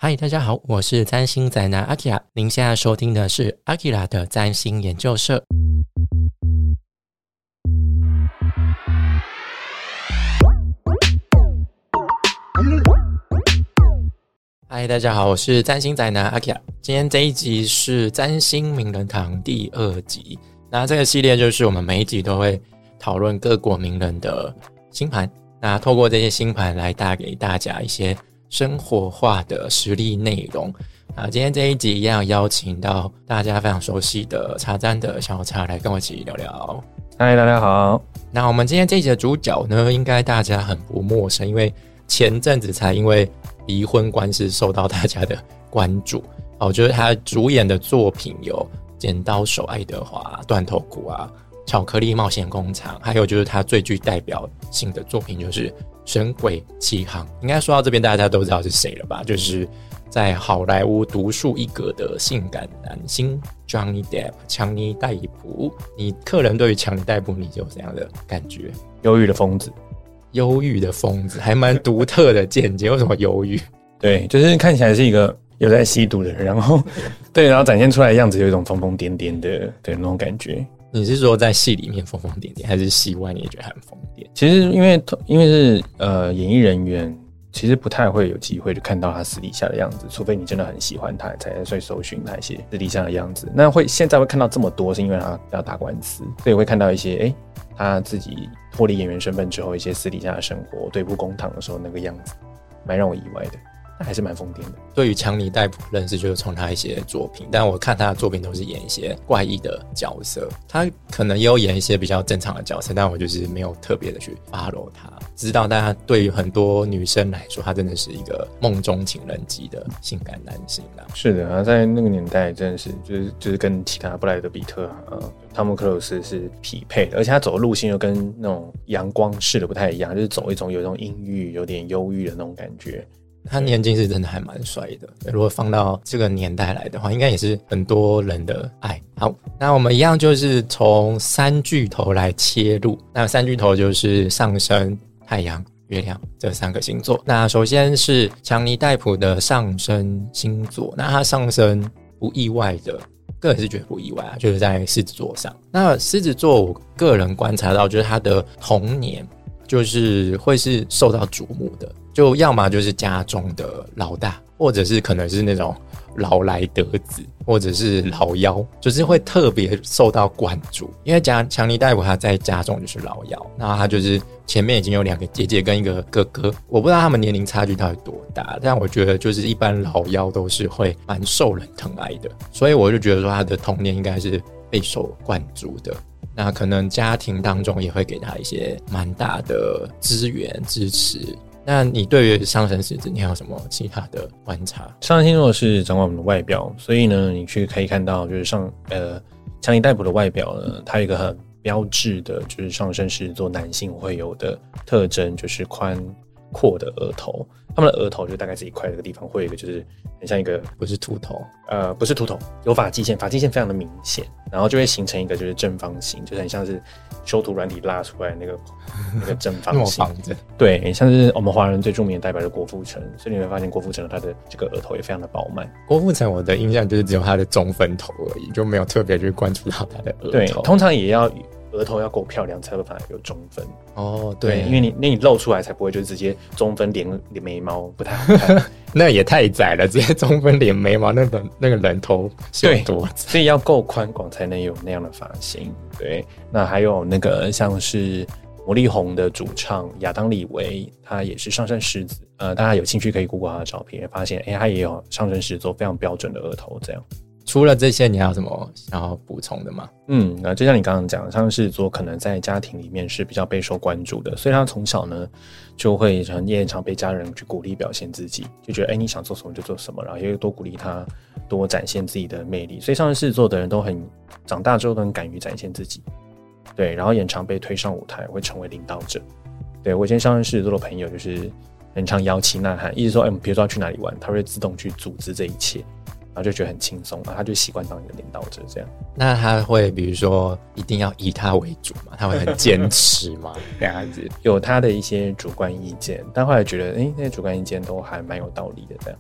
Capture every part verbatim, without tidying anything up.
嗨，大家好，我是占星宅男阿基拉，您现在收听的是阿基拉的占星研究社。嗨，大家好，我是占星宅男阿基拉。今天这一集是占星名人堂第二集，那这个系列就是我们每一集都会讨论各国名人的星盘，那透过这些星盘来带给大家一些生活化的实例内容啊，今天这一集一样邀请到大家非常熟悉的茶占的小茶来跟我一起聊聊。 嗨，大家好。 那我们今天这一集的主角呢，应该大家很不陌生，因为前阵子才因为离婚官司受到大家的关注。我觉得他主演的作品有《剪刀手爱德华》、《断头谷》啊、《巧克力冒险工厂》，还有就是他最具代表性的作品就是《神鬼奇航》。应该说到这边大家都知道是谁了吧，就是在好莱坞独树一格的性感男星 Johnny Depp 强尼戴普。你客人对于强尼戴普你有怎样的感觉？ 忧郁的疯子。 忧郁的疯子还蛮独特的见解。为什么忧郁？ 对，就是看起来是一个有在吸毒的人，然后对，然后展现出来的样子有一种疯疯癫癫的对那种感觉。 你是说在戏里面疯疯癫癫，还是戏外你也觉得很疯癫？ 其实因为因为是呃演艺人员，其实不太会有机会就看到他私底下的样子，除非你真的很喜欢他，才会搜寻他一些私底下的样子。那会现在会看到这么多，是因为他要打官司，所以会看到一些哎、欸、他自己脱离演员身份之后一些私底下的生活，对簿公堂的时候那个样子，蛮让我意外的。那还是蛮疯癫的。 对于强尼戴普认识就是从他一些作品，但我看他的作品都是演一些怪异的角色，他可能也有演一些比较正常的角色，但我就是没有特别的去 follow 他。知道大家对于很多女生来说，他真的是一个梦中情人级的性感男性啦。 是的，他在那个年代真的是就是就是跟其他布莱德比特啊、汤姆克鲁斯是匹配的，而且他走的路线又跟那种阳光式的不太一样，就是走一种有一种阴郁、有点忧郁的那种感觉。 他年轻是真的还蛮帅的，如果放到这个年代来的话，应该也是很多人的爱。好，那我们一样就是从三巨头来切入。那三巨头就是上升、太阳、月亮这三个星座。那首先是强尼戴普的上升星座，那他上升不意外的，个人是觉得不意外啊，就是在狮子座上。那狮子座我个人观察到，就是他的童年就是会是受到瞩目的，就要么就是家中的老大，或者是可能是那种老来得子，或者是老幺，就是会特别受到关注。因为强尼戴普他在家中就是老幺，那他就是前面已经有两个姐姐跟一个哥哥，我不知道他们年龄差距到底多大，但我觉得就是一般老幺都是会蛮受人疼爱的，所以我就觉得说他的童年应该是备受关注的。那可能家庭当中也会给他一些蛮大的资源支持。那你对于上升狮子你还有什么其他的观察？ 上升星座是掌管我们的外表，所以呢你去可以看到就是上呃强尼戴普的外表呢，它有一个很标志的就是上升狮子座男性会有的特征，就是宽阔的额头。他们的额头就大概是一块这个地方会有一个就是很像一个不是秃头， 呃不是秃头，有发际线，发际线非常的明显，然后就会形成一个就是正方形，就是很像是修图软体拉出来那个那个正方形对，像是我们华人最著名的代表是郭富城，所以你会发现郭富城他的这个额头也非常的饱满。 郭富城我的印象就是只有他的中分头而已，就没有特别去关注到他的额头。 对，通常也要额头要够漂亮才会反而有中分哦，对， 对，因为你那你露出来才不会就直接中分连连眉毛不太好看那也太窄了，直接中分连眉毛，那个那个人头是有多窄？ 所以要够宽广才能有那样的发型。对，那还有那个像是魔力红的主唱亚当李维，他也是上升狮子，呃，大家有兴趣可以 Google 他的照片，发现哎、欸，他也有上升狮子座非常标准的额头这样。 除了这些你还有什么想要补充的吗？ 嗯，那就像你刚刚讲的，上升狮子座可能在家庭里面是比较备受关注的，所以他从小呢就会很也常被家人去鼓励表现自己，就觉得哎、欸、你想做什么就做什么，然后也会多鼓励他多展现自己的魅力，所以上升狮子座的人都很长大之后都很敢于展现自己，对，然后也常被推上舞台，会成为领导者。对，我以前上升狮子座的朋友就是很常摇旗呐喊，一直说哎、欸、比如说要去哪里玩，他会自动去组织这一切，然后就觉得很轻松，然后他就习惯当一个领导者这样。 那他会比如说一定要以他为主嘛？他会很坚持吗？这样子有他的一些主观意见，但后来觉得，哎、欸，那些主观意见都还蛮有道理的这样。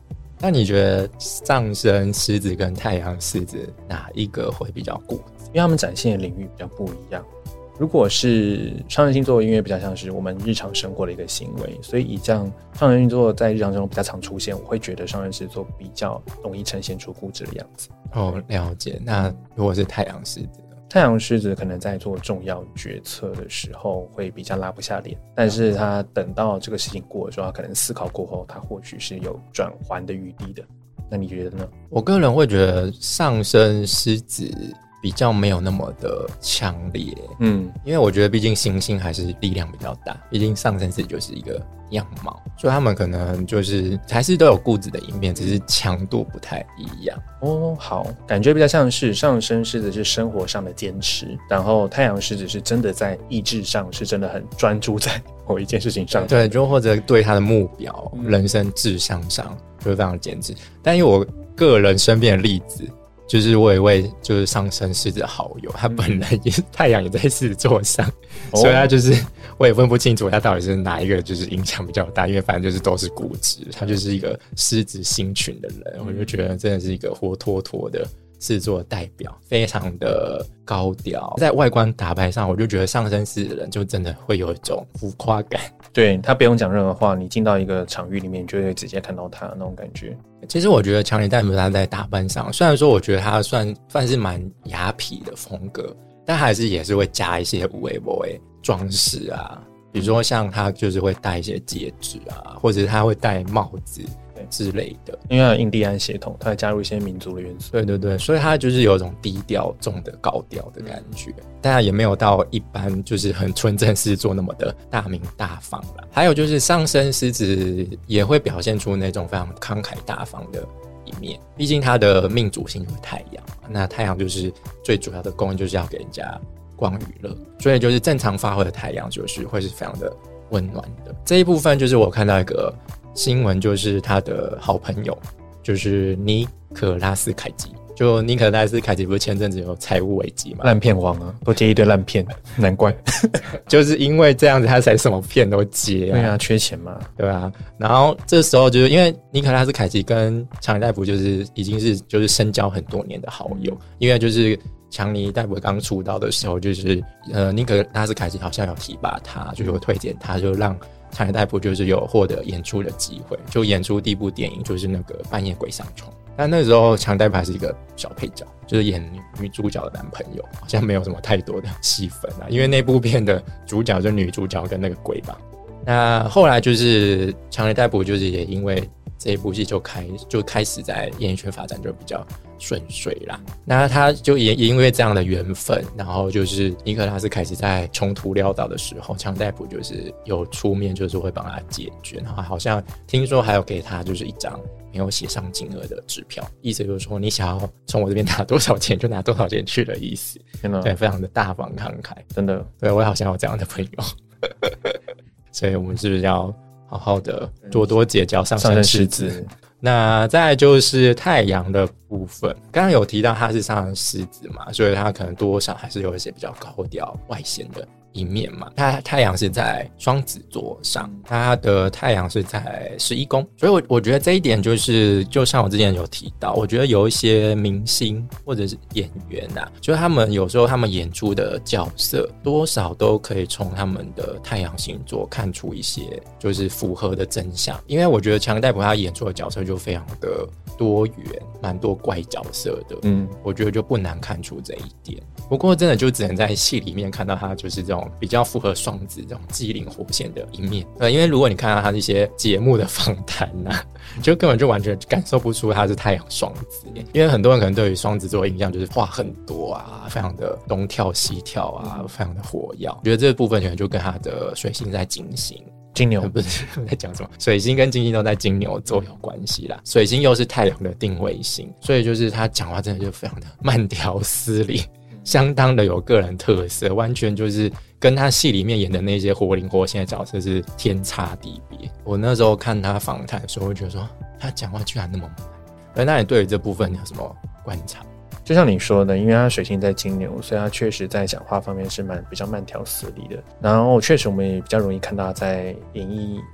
那你觉得上升狮子跟太阳狮子哪一个会比较固执？ 因为他们展现的领域比较不一样。如果是上升星座，因为比较像是我们日常生活的一个行为，所以以这样上升星座在日常生活比较常出现，我会觉得上升狮子座比较容易呈现出固执的样子。 哦，了解。那如果是太阳狮子呢？ 太阳狮子可能在做重要决策的时候会比较拉不下脸，但是他等到这个事情过的时候，他可能思考过后，他或许是有转圜的余地的。那你觉得呢？ 我个人会觉得上升狮子比较没有那么的强烈，嗯，因为我觉得毕竟行星还是力量比较大，毕竟上升狮子就是一个样貌，所以他们可能就是还是都有固执的一面，只是强度不太一样。 哦，好，感觉比较像是上升狮子是生活上的坚持，然后太阳狮子是真的在意志上是真的很专注在某一件事情上， 对，就或者对他的目标、嗯、人生志向上就会非常坚持。但因为我个人身边的例子，就是我有一位就是上升狮子的好友，他本人也是太阳也在狮子座上、哦、所以他就是我也分不清楚他到底是哪一个就是影响比较大，因为反正就是都是固执，他就是一个狮子星群的人、嗯、我就觉得真的是一个活脱脱的狮子座的代表，非常的高调，在外观打扮上我就觉得上升狮子的人就真的会有一种浮夸感， 对，他不用讲任何话，你进到一个场域里面你就会直接看到他那种感觉。 其实我觉得强尼戴普他在打扮上，虽然说我觉得他算算是蛮雅痞的风格，但还是也是会加一些有的没的装饰啊，比如说像他就是会戴一些戒指啊，或者是他会戴帽子之类的， 因为他有印第安血统，他会加入一些民族的元素。 对对对，所以他就是有一种低调重的高调的感觉，但他也没有到一般就是很纯正狮子座那么的大名大方啦。还有就是上升狮子也会表现出那种非常慷慨大方的一面，毕竟他的命主星就是太阳，那太阳就是最主要的功能就是要给人家光娱乐，所以就是正常发挥的太阳就是会是非常的温暖的。这一部分就是我看到一个新闻，就是他的好朋友就是尼可拉斯凯奇，就尼可拉斯凯奇不是前阵子有财务危机嘛， 烂片王啊，都接一堆烂片，难怪就是因为这样子他才什么片都接啊， 对啊，缺钱嘛， 对啊。然后这时候就是因为尼可拉斯凯奇跟强尼戴普就是已经是就是深交很多年的好友，因为就是强尼戴普刚出道的时候，就是呃尼可拉斯凯奇好像有提拔他，就是有推荐他，就让强尼戴普就是有获得演出的机会，就演出第一部电影就是那个半夜鬼上床，但那时候强尼戴普还是一个小配角，就是演 女, 女主角的男朋友，好像没有什么太多的戏份啊，因为那部片的主角就是女主角跟那个鬼吧。那后来就是强尼戴普就是也因为这一部戏就开就开始在演艺圈发展就比较顺遂啦。那他就 也, 也因为这样的缘分，然后就是尼可拉斯凯奇在穷途潦倒的时候，强尼戴普就是有出面，就是会帮他解决，然后好像听说还有给他就是一张没有写上金额的支票，意思就是说你想要从我这边拿多少钱就拿多少钱去的意思。对，非常的大方慷慨， 真的。 对，我好像有这样的朋友所以我们是不是要好好的多多结交上升狮子？那再来就是太阳的部分，刚刚有提到他是上升狮子嘛，所以他可能多少还是有一些比较高调外显的一面嘛。他太阳是在双子座上，他的太阳是在十一宫，所以我我觉得这一点就是就像我之前有提到，我觉得有一些明星或者是演员啊，就是他们有时候他们演出的角色多少都可以从他们的太阳星座看出一些就是符合的真相，因为我觉得强尼戴普他演出的角色就非常的多元，蛮多怪角色的，嗯，我觉得就不难看出这一点。不过真的就只能在戏里面看到他就是这种比较符合双子这种机灵活现的一面，呃，因为如果你看到他一些节目的访谈啊，就根本就完全感受不出他是太阳双子，因为很多人可能对于双子座的印象就是话很多啊，非常的东跳西跳啊，非常的活跃。我觉得这个部分可能就跟他的水星在金星。 金牛不是我在讲什么？水星跟金星都在金牛座有关系啦。水星又是太阳的定位星，所以就是他讲话真的就非常的慢条斯理，相当的有个人特色，完全就是跟他戏里面演的那些活灵活现的角色是天差地别。我那时候看他访谈的时候，会觉得说他讲话居然那么慢。那你对于这部分你有什么观察？ 就像你说的，因为他水星在金牛，所以他确实在讲话方面是蛮比较慢条斯理的。然后确实我们也比较容易看到他在演绎，就是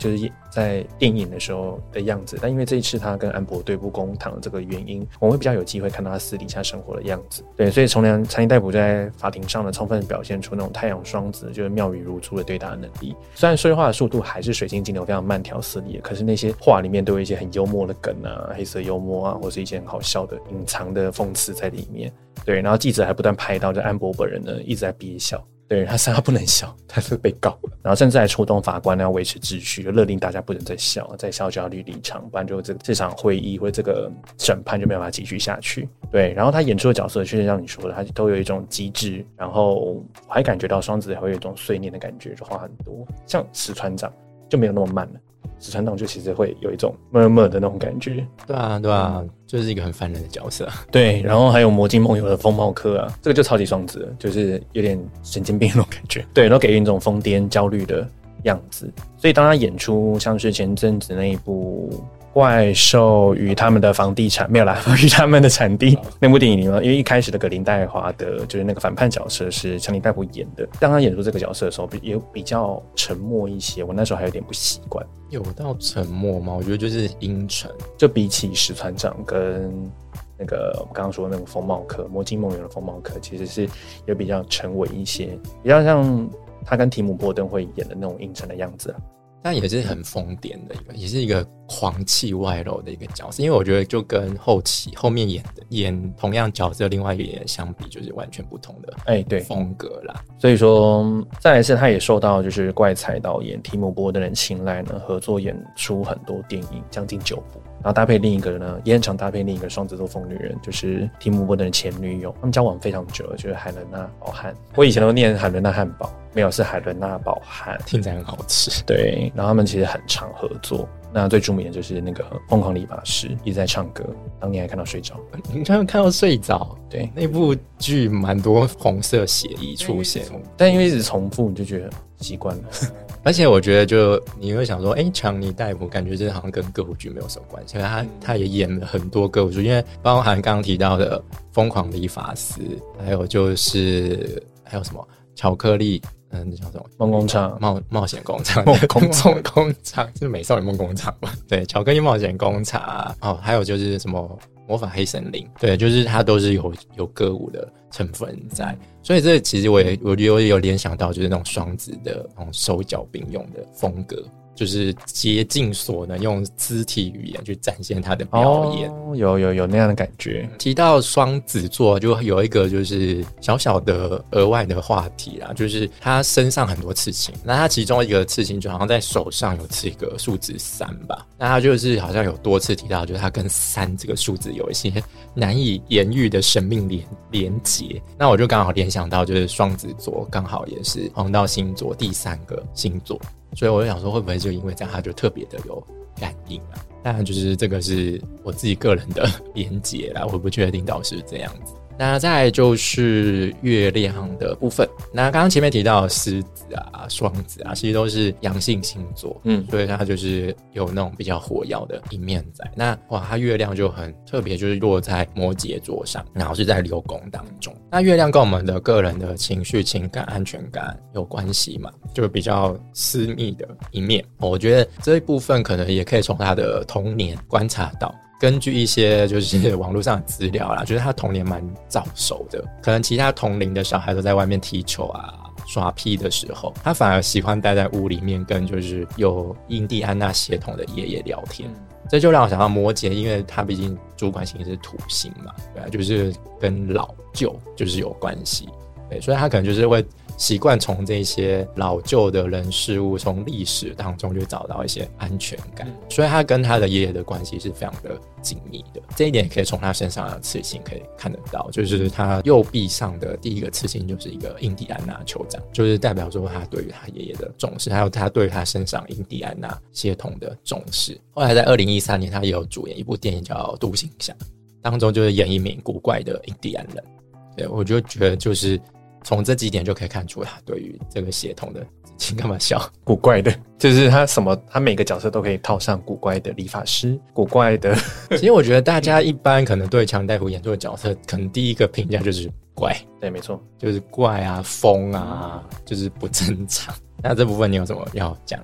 在电影的时候的样子，但因为这一次他跟安博对簿公堂的这个原因，我们会比较有机会看到他私底下生活的样子。对，所以从良强尼戴普在法庭上呢，充分表现出那种太阳双子就是妙语如珠的对答的能力。虽然说话的速度还是水晶金牛非常慢条斯理的，可是那些话里面都有一些很幽默的梗啊、黑色幽默啊，或是一些很好笑的隐藏的讽刺在里面。对，然后记者还不断拍到，就安博本人呢一直在憋笑。对，他说他不能笑，他是被告，然后甚至还触动法官要维持秩序，就勒令大家不能再笑，再笑就要离离场，不然就这这场会议或者这个审判就没有办法继续下去。对，然后他演出的角色，确实像你说的，他都有一种机智，然后我还感觉到双子还会有一种碎念的感觉，就话很多。像石船长就没有那么慢了。石船长就其实会有一种默默的那种感觉， 对啊，对啊，就是一个很烦人的角色。 对，然后还有魔镜梦游的风貌科啊，这个就超级双子了，就是有点神经病那种感觉。对，然后给人一种疯癫焦虑的样子。所以当他演出像是前阵子那一部怪兽与他们的房地产没有啦，与他们的产地那部电影里面，因为一开始的格林戴华的就是那个反叛角色是强尼戴普演的，当他演出这个角色的时候也比较沉默一些，我那时候还有点不习惯。 有到沉默吗？我觉得就是阴沉， 就比起石船长跟那个我们刚刚说的那个风貌科魔镜梦游的风貌科，其实是有比较沉稳一些，比较像他跟提姆波登会演的那种阴沉的样子。 但也是很疯癫的一个，也是一个狂气外露的一个角色。因为我觉得就跟后期后面演的演同样角色另外一个演员相比，就是完全不同的哎对风格啦。 所以说再来是他也受到就是怪才导演提姆波登的青睐呢，合作演出很多电影，将近九部。然后搭配另一个呢，也很常搭配另一个双子座疯女人，就是提姆波登的前女友，他们交往非常久了，就是海伦娜堡汉。我以前都念海伦娜汉堡，没有，是海伦娜堡汉， 听起来很好吃。 对，然后他们其实很常合作。那最著名的就是那个疯狂理发师一直在唱歌，当年还看到睡着。 你看看到睡着？ 对， 那部剧蛮多红色血衣出现， 但因为一直重复，你就觉得习惯了。 而且我觉得就你会想说，哎、欸，强尼戴普感觉这好像跟歌舞剧没有什么关系，可是他他也演了很多歌舞剧，因为包含刚刚提到的疯狂理发师，还有就是还有什么巧克力。嗯，那叫什么？ 梦工厂、 冒冒险工厂、 梦工厂、 梦工厂是美少女梦工厂吧？对，巧克力冒险工厂啊，哦，还有就是什么魔法黑森林，对，就是它都是有有歌舞的成分在，所以这其实我也我觉得我也有联想到，就是那种双子的那种手脚并用的风格。就是竭尽所能用肢体语言去展现他的表演， 哦、有有有那样的感觉。 提到双子座，就有一个就是小小的额外的话题啦，就是他身上很多刺青，那他其中一个刺青就好像在手上有刺一个数字三吧，那他就是好像有多次提到，就是他跟三这个数字有一些难以言喻的生命连连结。那我就刚好联想到，就是双子座刚好也是黄道星座第三个星座。所以我就想说，会不会就因为这样，他就特别的有感应啊？当然，就是这个是我自己个人的连结啦，我不确定到底是不是这样子。那再来就是月亮的部分。那刚刚前面提到的狮子啊、双子啊，其实都是阳性星座，嗯，所以它就是有那种比较火药的一面在。那哇，它月亮就很特别，就是落在摩羯座上，然后是在六宫当中。那月亮跟我们的个人的情绪、情感、安全感有关系嘛，就比较私密的一面。我觉得这一部分可能也可以从他的童年观察到。根据一些就是网络上的资料啦，就是他童年蛮早熟的，可能其他同龄的小孩都在外面踢球啊、耍屁的时候，他反而喜欢待在屋里面跟就是有印第安纳血统的爷爷聊天。这就让我想到摩羯，因为他毕竟主管星是土星嘛，对啊，就是跟老旧就是有关系，对，所以他可能就是会习惯从这些老旧的人事物，从历史当中就找到一些安全感，所以他跟他的爷爷的关系是非常的紧密的。这一点也可以从他身上的刺青可以看得到，就是他右臂上的第一个刺青就是一个印第安纳酋长，就是代表说他对于他爷爷的重视，还有他对于他身上印第安纳血统的重视。后来在二零一三年，他也有主演一部电影叫《独行侠》，当中就是演一名古怪的印第安人。对，我就觉得就是从这几点就可以看出他对于这个血统的，请干嘛笑？ 古怪的，就是他什么，他每个角色都可以套上古怪的理发师，古怪的。 其实我觉得大家一般可能对强尼戴普演出的角色，可能第一个评价就是怪， 对，没错， 就是怪啊、疯啊，就是不正常。那这部分你有什么要讲的？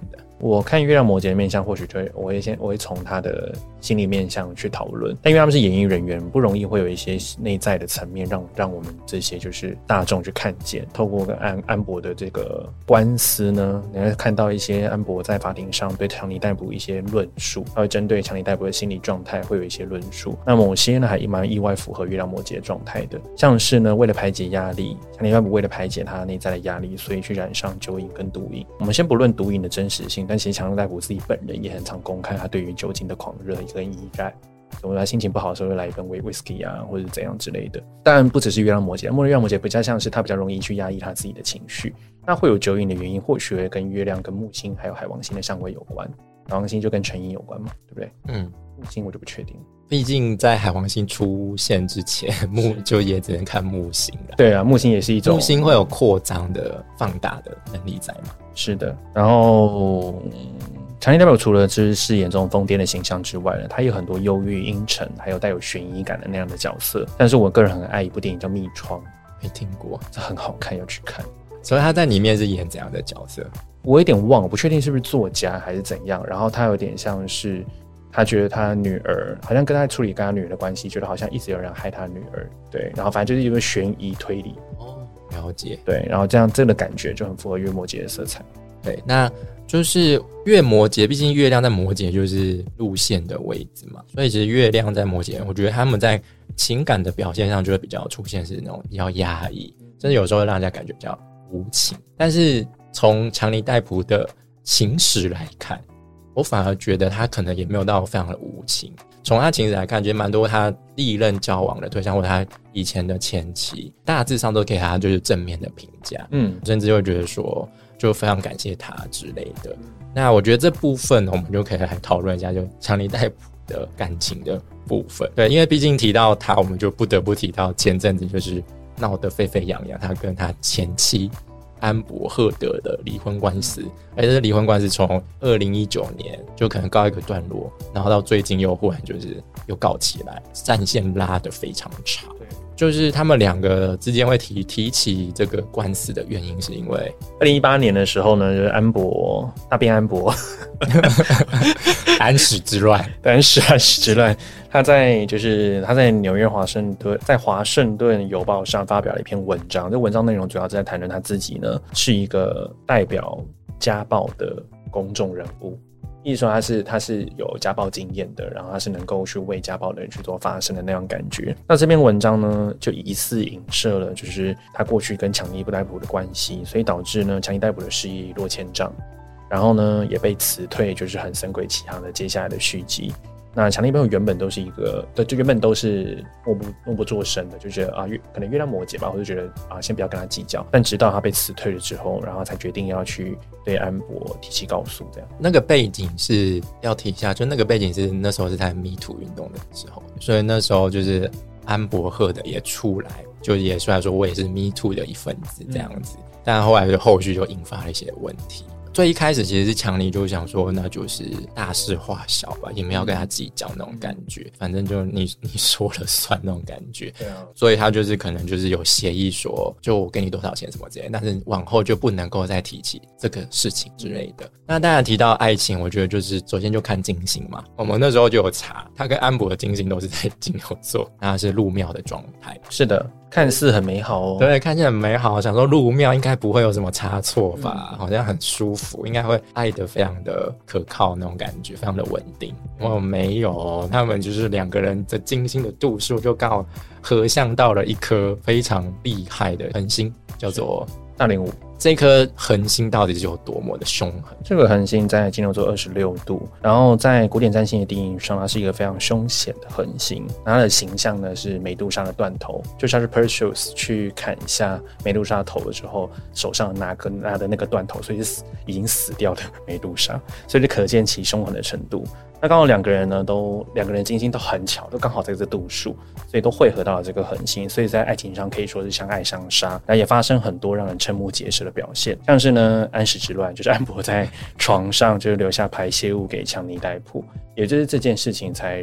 我看月亮摩羯的面相，或许就会我会先我会从他的心理面相去讨论，但因为他们是演艺人员，不容易会有一些内在的层面让让我们这些就是大众去看见。透过跟安安博的这个官司呢，你会看到一些安博在法庭上对强尼戴普一些论述，他会针对强尼戴普的心理状态会有一些论述。那某些呢还蛮意外符合月亮摩羯状态的，像是呢为了排解压力，强尼戴普为了排解他内在的压力，所以去染上酒瘾跟毒瘾。我们先不论毒瘾的真实性，但其实强尼戴普自己本人也很常公开他对于酒精的狂热跟依赖。所以他心情不好的时候会来一份威士忌啊，或者怎样之类的。当然不只是月亮摩羯，月亮摩羯比较像是他比较容易去压抑他自己的情绪。那会有酒瘾的原因，或许会跟月亮、跟木星还有海王星的相位有关。海王星就跟成瘾有关嘛，对不对？嗯，木星我就不确定。 毕竟在海王星出现之前，木就也只能看木星了。 对啊，木星也是一种， 木星会有扩张的、放大的能力在嘛？ 是的。然后，强尼戴普除了就是饰演这种疯癫的形象之外呢，他有很多忧郁、阴沉，还有带有悬疑感的那样的角色。但是我个人很爱一部电影叫《密窗》， 没听过， 这很好看，要去看。 所以他在里面是演怎样的角色？ 我有点忘了，我不确定是不是作家还是怎样。然后他有点像是。他觉得他女儿好像跟他处理跟他女儿的关系，觉得好像一直有人害他女儿，对，然后反正就是一个悬疑推理。 哦，了解。 对，然后这样这个感觉就很符合月摩羯的色彩。 对，那就是月摩羯，毕竟月亮在摩羯就是路线的位置嘛，所以其实月亮在摩羯，我觉得他们在情感的表现上就会比较出现是那种比较压抑，甚至有时候会让人家感觉比较无情。但是从强尼戴普的情史来看，我反而觉得他可能也没有到非常的无情。从他情史来看，觉得蛮多他历任交往的对象或者他以前的前妻，大致上都给他就是正面的评价，嗯，甚至会觉得说就非常感谢他之类的。那我觉得这部分我们就可以来讨论一下，就强尼戴普的感情的部分。对，因为毕竟提到他，我们就不得不提到前阵子就是闹得沸沸扬扬，他跟他前妻安博赫德的离婚官司，而且这离婚官司从二零一九年就可能告一个段落，然后到最近又忽然就是又告起来，战线拉得非常长。就是他们两个之间会提提起这个官司的原因，是因为二零一八年的时候呢，就是安博大便安博安史之乱， 安史安史之乱，他在就是他在纽约华盛顿在华盛顿邮报上发表了一篇文章，这文章内容主要是在谈论他自己呢是一个代表家暴的公众人物。意思说他是他是有家暴经验的，然后他是能够去为家暴的人去做发声的那样感觉。那这篇文章呢，就疑似影射了就是他过去跟强尼戴普的关系，所以导致呢强尼戴普的事业一落千丈，然后呢也被辞退，就是很神鬼奇航的接下来的续集。那强尼戴普原本都是一个，对，就原本都是默不默不作声的，就觉得啊，可能月亮摩羯吧，我就觉得啊，先不要跟他计较。但直到他被辞退了之后，然后才决定要去对安博提起告诉，这样。 那个背景是要提一下，就那个背景是那时候是在 Me Too 运动的时候，所以那时候就是安博赫的也出来，就也出来说我也是 Me Too 的一份子这样子，嗯、但后来就后续就引发了一些问题。最一开始其实是强尼就想说那就是大事化小吧，也没有跟他计较那种感觉，反正就你你说了算那种感觉。对啊，所以他就是可能就是有协议说就我给你多少钱什么之类的，但是往后就不能够再提起这个事情之类的。那当然提到爱情，我觉得就是首先就看金星嘛，我们那时候就有查，他跟安博的金星都是在金牛座，那是入庙的状态。 是的，看似很美好哦。 对，看起来很美好，想说入庙应该不会有什么差错吧、嗯、好像很舒服，应该会爱得非常的可靠那种感觉，非常的稳定。哦，没有，他们就是两个人的金星的度数就刚好合相到了一颗非常厉害的恒星，叫做大零五。 这颗恒星到底是有多么的凶狠？ 这个恒星在金牛座二十六度，然后在古典占星的定义上，它是一个非常凶险的恒星。它的形象呢是美杜莎的断头，就像是 Perseus 去砍下美杜莎头的时候，手上拿个拿的那个断头，所以是已经死掉的美杜莎，所以就可见其凶狠的程度。那刚好两个人呢，都两个人金星都很巧，都刚好在这度数，所以都汇合到了这个恒星，所以在爱情上可以说是相爱相杀，那也发生很多让人瞠目结舌的表现，像是呢安史之乱，就是安博在床上就是留下排泄物给强尼戴普，也就是这件事情才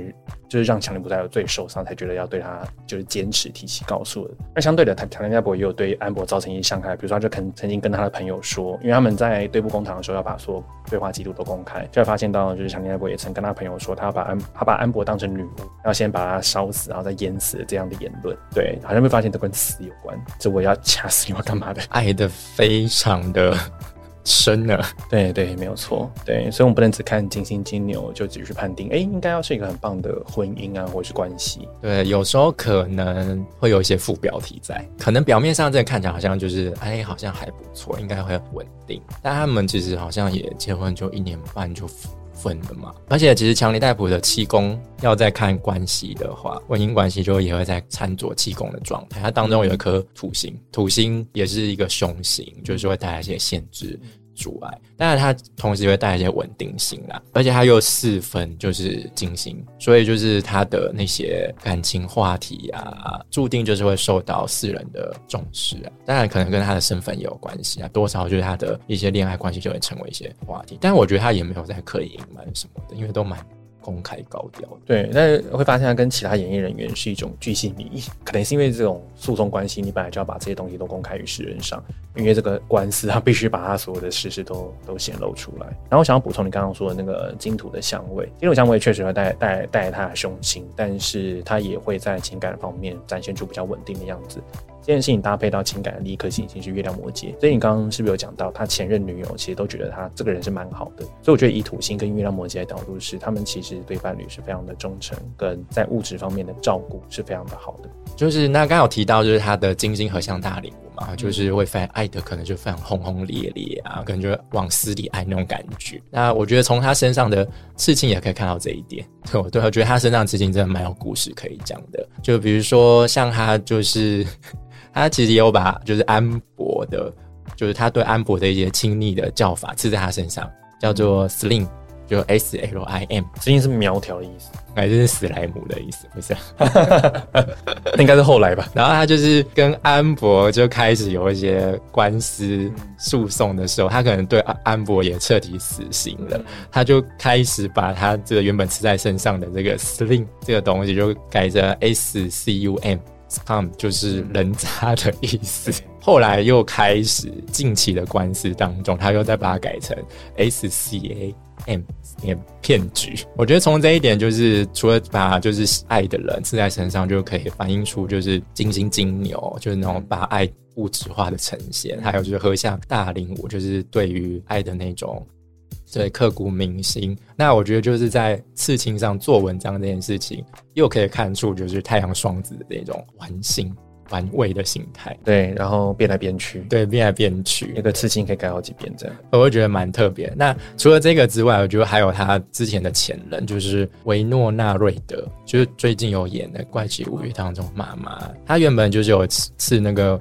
就是让强尼戴普有最受伤，才觉得要对他就是坚持提起告诉的。那相对的，强尼戴普也有对安博造成一些伤害，比如说他就肯曾经跟他的朋友说，因为他们在对簿公堂的时候要把所有对话记录都公开，就会发现到就是强尼戴普也曾跟他朋友说，他要把安他把安博当成女巫，要先把他烧死，然后再淹死的这样的言论。对，好像会发现都跟死有关，这我要掐死你要干嘛的， 爱的非常的深了。 对对，没有错。对，所以我们不能只看金星金牛就只去判定，哎，应该要是一个很棒的婚姻啊，或者是关系。 对，有时候可能会有一些副标题在，可能表面上真的看起来好像就是，哎，好像还不错，应该会很稳定，但他们其实好像也结婚就一年半就分了嘛。而且其实强尼戴普的七宫要再看关系的话，婚姻关系就也会在参佐七宫的状态，它当中有一颗土星，土星也是一个凶星，就是会带来一些限制阻碍，当然它同时会带来一些稳定性啦，而且它又四分就是金星，所以就是它的那些感情话题啊，注定就是会受到世人的重视啊。当然可能跟他的身份也有关系啊，多少就是他的一些恋爱关系就会成为一些话题，但我觉得他也没有在刻意隐瞒什么的，因为都蛮公开高调的。 对，但会发现他跟其他演艺人员是一种巨细靡遗，可能是因为这种诉讼关系，你本来就要把这些东西都公开于世人上，因为这个官司他必须把他所有的事实都都显露出来。然后我想要补充你刚刚说的那个金土的相位，金土相位确实会带带带来他的凶星，但是他也会在情感方面展现出比较稳定的样子。这件事情搭配到情感的另一颗行星是月亮摩羯，所以你刚刚是不是有讲到他前任女友其实都觉得他这个人是蛮好的，所以我觉得以土星跟月亮摩羯的角度是他们其实对伴侣是非常的忠诚，跟在物质方面的照顾是非常的好的。 就是那刚刚有提到就是他的金星合相大领舞嘛，就是会非常爱的可能就非常轰轰烈烈啊，可能就往死里爱那种感觉。那我觉得从他身上的刺青也可以看到这一点。对，对，我觉得他身上的刺青真的蛮有故事可以讲的，就比如说像他就是他其实也有把就是安博的，就是他对安博的一些亲昵的叫法刺在他身上，叫做 Slim， 就 S L I M。Slim 是苗条的意思， 还是史莱姆的意思？不是、 啊，应该是后来吧。 然后他就是跟安博就开始有一些官司诉讼的时候，他可能对安博也彻底死心了，他就开始把他这个原本刺在身上的这个 Slim 这个东西就改成 S C U M。Scum 就是人渣的意思，后来又开始近期的官司当中，他又再把它改成 S C A M 骗局。我觉得从这一点就是除了把就是爱的人刺在身上，就可以反映出就是金星金牛就是那种把爱物质化的呈现，还有就是合相大领舞就是对于爱的那种对刻骨铭心。那我觉得就是在刺青上做文章这件事情，又可以看出就是太阳双子的那种玩性玩味的心态。 对，然后变来变去， 对，变来变去， 一个刺青可以改好几遍这样， 我会觉得蛮特别。那除了这个之外，我觉得还有他之前的前任，就是维诺纳瑞德，就是最近有演的《怪奇物语》当中妈妈，他原本就是有刺那个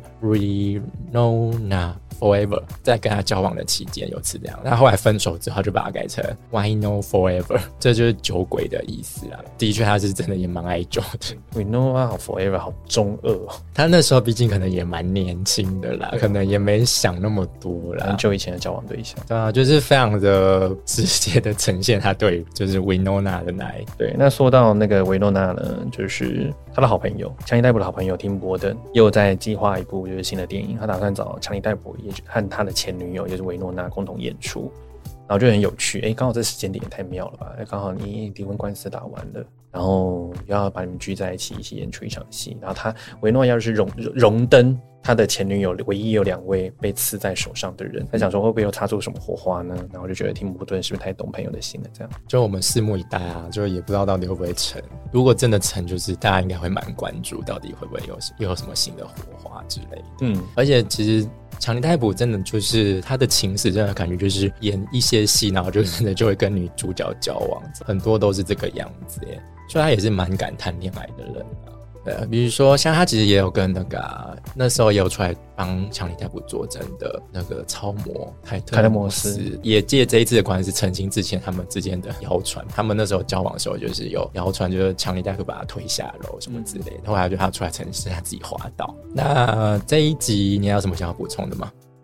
Winona Forever， 在跟他交往的期间有刺这样，那后来分手之后就把它改成 Wino Forever， 这就是酒鬼的意思啦。的确他是真的也蛮爱酒的。 Winona Forever 好中二哦， 他那时候毕竟可能也蛮年轻的啦，可能也没想那么多啦， 很久以前的交往对象。 对啊，就是非常的直接的呈现他对就是 Winona 的爱。 对，那说到那个维诺娜呢，就是他的好朋友强尼戴普的好朋友 Tim Burton 又在计划一部就是新的电影，他打算找强尼戴普也和他的前女友就是维诺娜共同演出，然后就很有趣，哎，刚好这时间点也太妙了吧，刚好你离婚官司打完了，然后要把你们聚在一起一起演出一场戏，然后他维诺娜就是荣荣登他的前女友唯一有两位被刺在手上的人，他想说会不会又擦出什么火花呢？然后就觉得提姆·波顿是不是太懂朋友的心了？这样就我们拭目以待啊，就也不知道到底会不会成。如果真的成，就是大家应该会蛮关注，到底会不会有又有什么新的火花之类的。嗯，而且其实强尼戴普真的就是他的情史，真的感觉就是演一些戏，然后就真的就会跟女主角交往，很多都是这个样子耶。所以他也是蛮敢谈恋爱的人啊。对，比如说像他其实也有跟那个、啊、那时候也有出来帮强尼戴普作证的那个超模凯特摩斯，也借这一次的官司澄清之前他们之间的谣传，他们那时候交往的时候就是有谣传，就是强尼戴普把他推下楼什么之类的，后来就他出来澄清是他自己滑倒。那这一集你还有什么想要补充的吗？ 没有。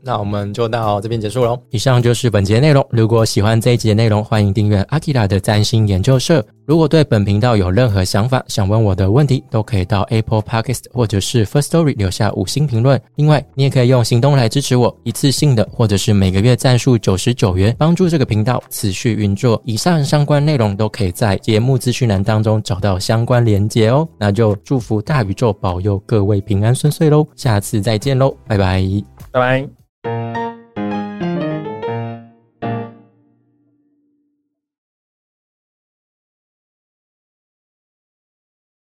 那我们就到这边结束咯。以上就是本节内容，如果喜欢这一集的内容，欢迎订阅 Akira 的占星研究社。如果对本频道有任何想法，想问我的问题，都可以到 Apple Podcast 或者是 Firstory 留下五星评论。另外，你也可以用行动来支持我，一次性的或者是每个月赞数九十九元，帮助这个频道持续运作。以上相关内容都可以在节目资讯栏当中找到相关连结哦。那就祝福大宇宙保佑各位平安顺遂咯，下次再见咯，拜拜， 拜拜。